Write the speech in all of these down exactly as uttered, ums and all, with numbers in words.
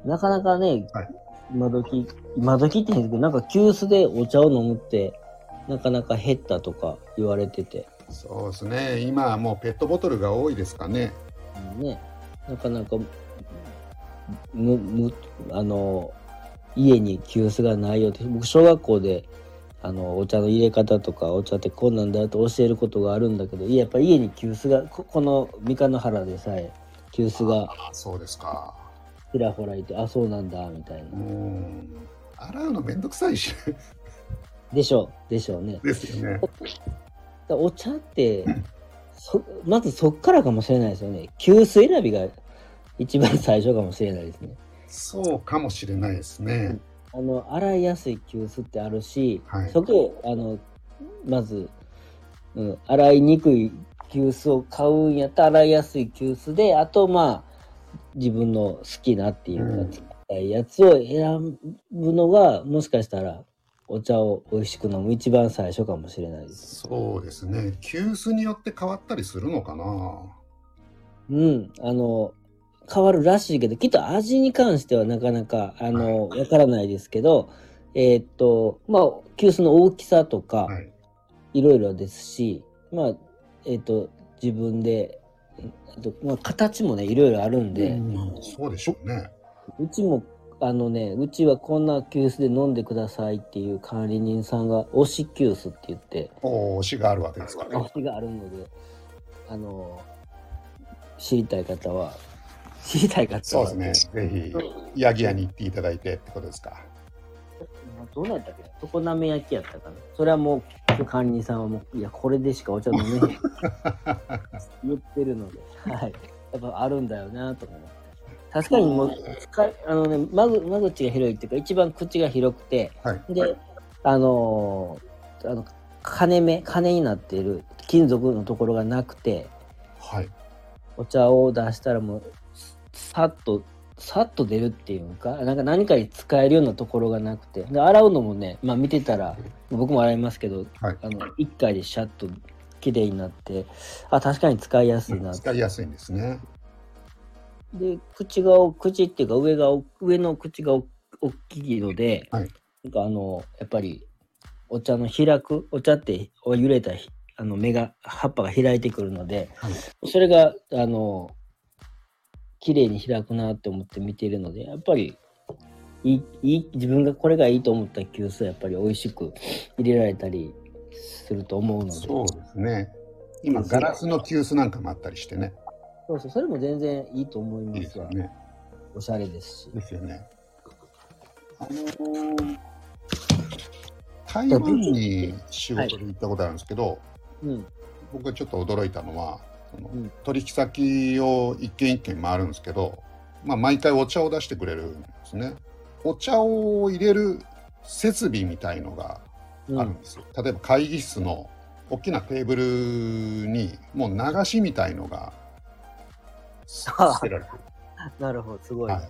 なかなかね、 はい、 今時、今時って言うんですけど、なんか急須でお茶を飲むって、なかなか減ったとか言われてて。 そうですね。今はもうペットボトルが多いですかね。 ね、なかなか、む、む、あの、家に急須がないよって、僕、小学校で、あの、お茶の入れ方とか、お茶ってこんなんだと教えることがあるんだけど、いや、やっぱり家に急須が、こ、この三日の原でさえ、急須があ、そうですか。 ちらほらいて、あ、そうなんだ、みたいな。 うん。洗うのめんどくさいし。 でしょう、でしょうね。 ですよね。 だお茶ってそ、まずそっからかもしれないですよね。急須選びが一番最初かもしれないですね。 そうかもしれないですね。 あの、洗いやすい急須ってあるし、 はい、 そこを、あの、まず、うん、洗いにくい急須を買うんやったら洗いやすい急須で、あと、まあ、自分の好きなっていうか、 うん、 使いたいやつを選ぶのが、もしかしたら、お茶を美味しく飲む一番最初かもしれないです。 そうですね。急須によって変わったりするのかな。 うん、あの、変わるらしいけど、きっと味に関してはなかなか、あの、わからないですけど、えーっと、まあ、急須の大きさとか、 はい。 いろいろですし、まあ、えーっと、自分で、あと、まあ、形もね、いろいろあるんで、 うん、そうでしょうね。 うちも、あのね、うちはこんな急須で飲んでくださいっていう管理人さんが、推し急須って言って、 お推しがあるわけですかね。 推しがあるので、あの、知りたい方は、知りたい方は、 そうですね。ぜひ、ヤギ屋に行っていただいてってことですか。 どうなったっけな、常滑焼きやったかな。それはもう管理人さんはもう、いや、これでしかお茶飲めへん言ってるので、はい、やっぱあるんだよなと思って。確かにもう使いあのね、間ぐ間口が広いっていうか、一番口が広くて、 はい。 で、あのー、あの金目金になっている金属のところがなくて、 はい。 お茶を出したらもうさっとさっと出るっていうか、なんか何かに使えるようなところがなくて、で洗うのもね、まあ見てたら僕も洗いますけど、 はい、 あのいっかいでシャッと綺麗になって、あ、確かに使いやすいな、 うん、使いやすいんですね。 で、口が口っていうか上が上の口が大きいので、 はい、 なんかあのやっぱりお茶の開く、お茶って揺れたあの芽が葉っぱが開いてくるので、 はい、 それがあの綺麗に開くなって思って見ているので、やっぱりいいいい自分がこれがいいと思った急須はやっぱり美味しく入れられたりすると思うので。 そうですね。今ガラスの急須なんかもあったりしてね。 そうそう、それも全然いいと思いますわ。 いいですよね。 おしゃれですし。 ですよね。あのー、台湾に仕事で行ったことあるんですけど、はい、うん、僕がちょっと驚いたのは、その、うん、取引先を一軒一軒回るんですけど、まあ、毎回お茶を出してくれるんですね。お茶を入れる設備みたいのがあるんですよ。うん、例えば会議室の大きなテーブルにもう流しみたいのが捨てられてる。 なるほど、すごい、はい。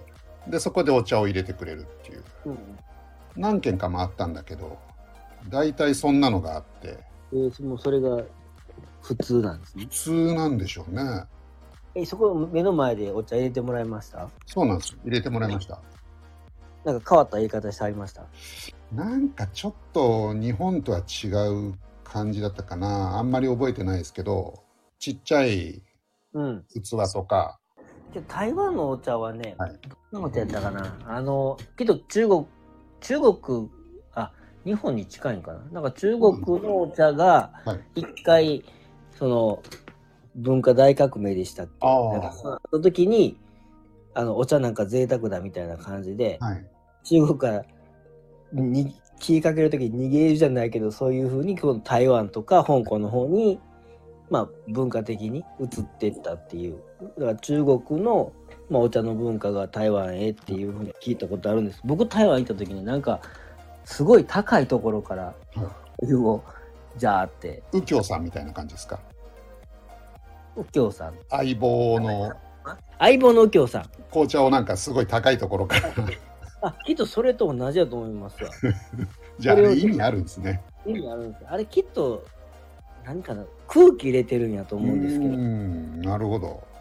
でそこでお茶を入れてくれるっていう、うん、何軒か回ったんだけど、大体そんなのがあって、 えー、もうそれが普通なんですね。 普通なんでしょうね。 え、そこ目の前でお茶入れてもらいました？ そうなんですよ。入れてもらいました。 なんか変わった入れ方してありました？ なんかちょっと日本とは違う感じだったかな。あんまり覚えてないですけど、ちっちゃい器とか。 うん、台湾のお茶はね、はい、どんなことやったかな。あのけど中国中国あ日本に近いんかな。なんか中国のお茶が一回、はい、その文化大革命でしたっけ。なんかその時にあのお茶なんか贅沢だみたいな感じで、はい、中国からに気かける時に逃げるじゃないけど、そういう風にこの台湾とか香港の方に、まあ、文化的に移っていったっていう。だから中国の、まあ、お茶の文化が台湾へっていう風に聞いたことあるんです。僕台湾行った時になんかすごい高いところからお湯をジャーって。 右京さんみたいな感じですか？ 右京さん、 相棒の相棒の右京さん、 紅茶をなんかすごい高いところからあ、きっとそれと同じだと思いますわ。 じゃあ、あれ意味あるんですね。 意味あるんです。あれきっと何かな、空気入れてるんやと思うんですけど。 うん、なるほど。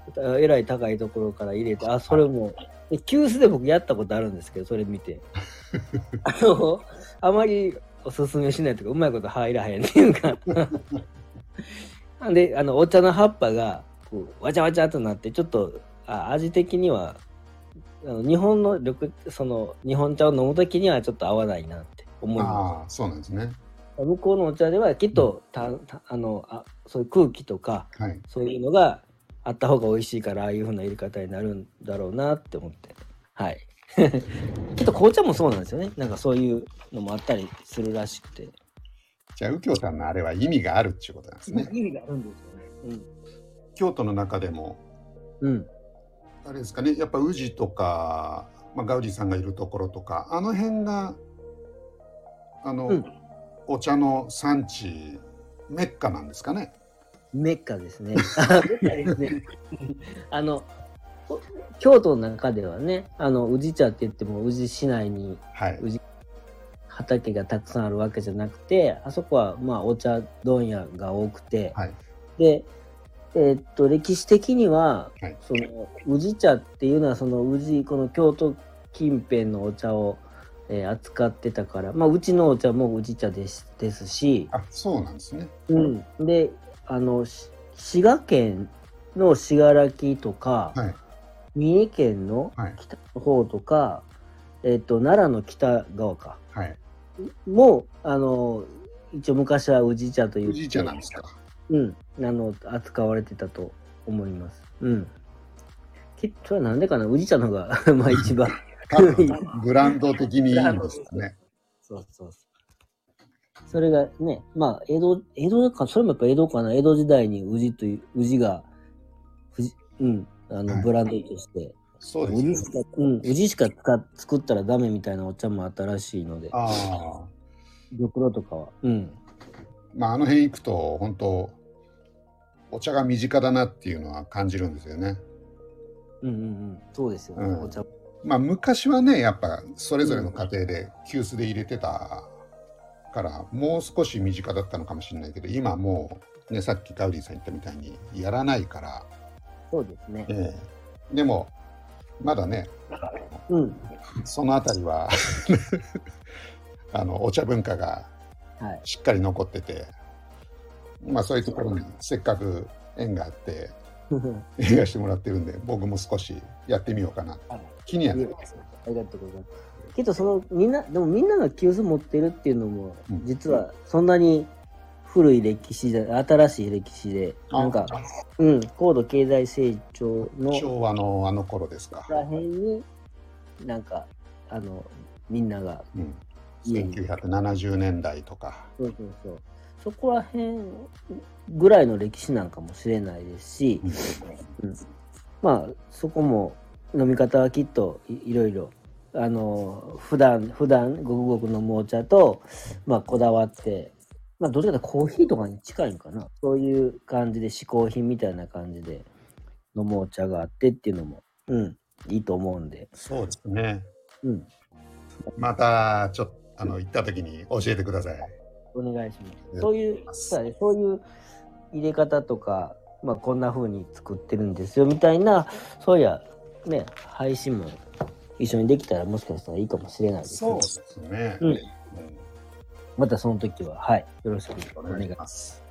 えらい高いところから入れて、あ、それも、で急須で僕やったことあるんですけど、それ見て。あの、あまりおすすめしないというか、うまいこと入らへんっていうか。なんで、あの、お茶の葉っぱが、こうわちゃわちゃっとなって、ちょっと、あ味的には、あの日本の緑、その、日本茶を飲むときにはちょっと合わないなって思います。 ああ、そうなんですね。 向こうのお茶ではきっと、たたあのあそういう空気とか、 はい、 そういうのがあった方が美味しいから、ああいう風な入れ方になるんだろうなって思って。はい。きっと紅茶もそうなんですよね。なんかそういうのもあったりするらしくて。 じゃあ右京さんのあれは意味があるっていうことなんですね。 意味があるんですよね。うん、 京都の中でも、うん、あれですかね、やっぱ宇治とか、まあ、ガウディさんがいるところとか、あの辺があの、うん、お茶の産地メッカなんですかね。 メッカですね。メッカですね。あの京都の中ではね、あの宇治茶って言っても宇治市内に、はい、宇治畑がたくさんあるわけじゃなくて、あそこはまあお茶問屋が多くて、はい、で、えー、っと歴史的には、はい、その宇治茶っていうのはその宇治この京都近辺のお茶を、えー、扱ってたから、まあうちのお茶も宇治茶ですですし、 あ、そうなんですね。 うん、で、あの滋賀県の信楽とか、はい、三重県の北の方とか、はい、えー、っと奈良の北側か。はい、もうあの一応昔は宇治茶という宇治茶なんですか。 うん、あの扱われてたと思います。うん。きっとなんでかな、宇治茶の方がまあ一番ブランド的にいいんですね。 そうそうそう。それがね、まあ江戸江戸か、それもやっぱ江戸かな、江戸時代に宇治という宇治がうんあの、はい、ブランドとして。 そうですね。 宇治しか、うん、宇治しか使作ったらダメみたいなお茶もあったらしいので。 ああ。 玉露とかは。うん。 まああの辺行くと本当お茶が身近だなっていうのは感じるんですよね。 うんうんうん、そうですよね。うん、お茶。 まあ昔はねやっぱそれぞれの家庭で急須で入れてたからもう少し身近だったのかもしれないけど、今もうねさっきガウディさん言ったみたいにやらないから。 そうですね。 えー、でもまだね、うん、そのあたりはあのお茶文化がしっかり残ってて、はい、まあそういうところにせっかく縁があってやらしてもらってるんで、僕も少しやってみようかな、はい、気にはなります。 ありがとうございます。けどそのみんなでもみんなが急須持ってるっていうのも、うん、実はそんなに古い歴史で新しい歴史でなんか、うん、高度経済成長の昭和のあの頃ですか。 らへんになんかあのみんなが、 うん、せんきゅうひゃくななじゅうねんだいとか、 そうそうそう、そこらへんぐらいの歴史なんかもしれないですし、うんうん、まあそこも飲み方はきっと い, いろいろあの普段普段ごくごく飲むお茶と、まあ、こだわって。まあ、どっちかというとコーヒーとかに近いのかな。そういう感じで嗜好品みたいな感じで飲むお茶があってっていうのも、うん、いいと思うんで。 そうですね。うん。また、ちょっと、あの、行った時に教えてください。 お願いします。そういう、そうね、そういう入れ方とか、まあ、こんな風に作ってるんですよ、みたいな、そういや、ね、配信も一緒にできたらもしかしたらいいかもしれないですね。 そうですね。 うん。またその時は、はい、よろしくお願いします。